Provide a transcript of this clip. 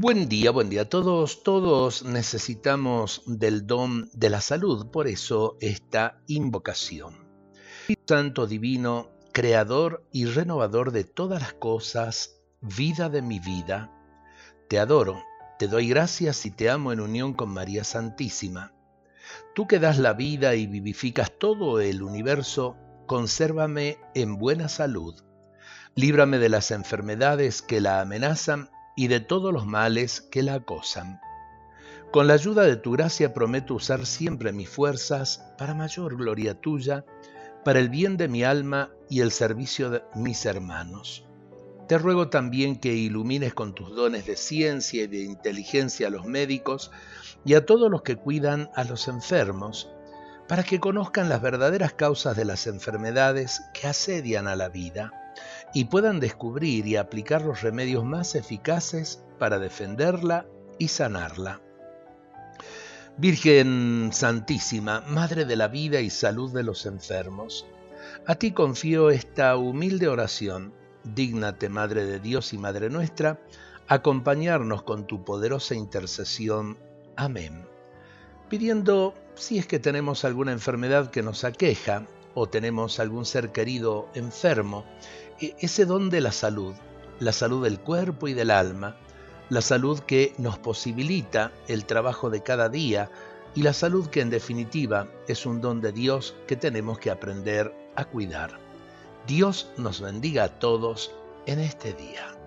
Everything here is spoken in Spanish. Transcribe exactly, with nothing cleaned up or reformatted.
Buen día, buen día. Todos, todos necesitamos del don de la salud, por eso esta invocación. Santo divino, creador y renovador de todas las cosas, vida de mi vida, te adoro, te doy gracias y te amo en unión con María Santísima. Tú que das la vida y vivificas todo el universo, consérvame en buena salud. Líbrame de las enfermedades que la amenazan y de todos los males que la acosan. Con la ayuda de tu gracia prometo usar siempre mis fuerzas para mayor gloria tuya, para el bien de mi alma y el servicio de mis hermanos. Te ruego también que ilumines con tus dones de ciencia y de inteligencia a los médicos y a todos los que cuidan a los enfermos, para que conozcan las verdaderas causas de las enfermedades que asedian a la vida y puedan descubrir y aplicar los remedios más eficaces para defenderla y sanarla. Virgen Santísima, Madre de la vida y salud de los enfermos, a ti confío esta humilde oración. Dígnate, Madre de Dios y Madre nuestra, acompañarnos con tu poderosa intercesión. Amén. Pidiendo, si es que tenemos alguna enfermedad que nos aqueja o tenemos algún ser querido enfermo, ese don de la salud, la salud del cuerpo y del alma, la salud que nos posibilita el trabajo de cada día y la salud que en definitiva es un don de Dios que tenemos que aprender a cuidar. Dios nos bendiga a todos en este día.